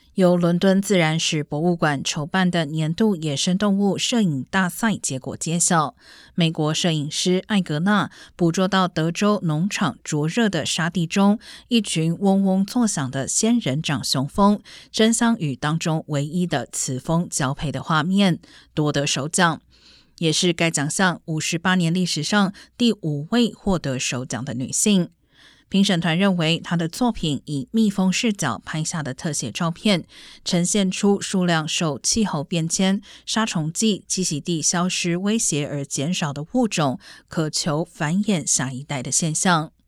由伦敦自然史博物馆筹办的年度野生动物摄影大赛结果揭晓，美国摄影师艾格纳捕捉到德州农场灼热的沙地中一群嗡嗡作响的仙人掌雄蜂争相与当中唯一的雌蜂交配的画面，夺得首奖，也是该奖项58年历史上第5位获得首奖的女性。评审团认为，他的作品以蜜蜂视角拍下的特写照片，呈现出数量受气候变迁、杀虫剂、栖息地消失威胁而减少的物种，渴求繁衍下一代的现象。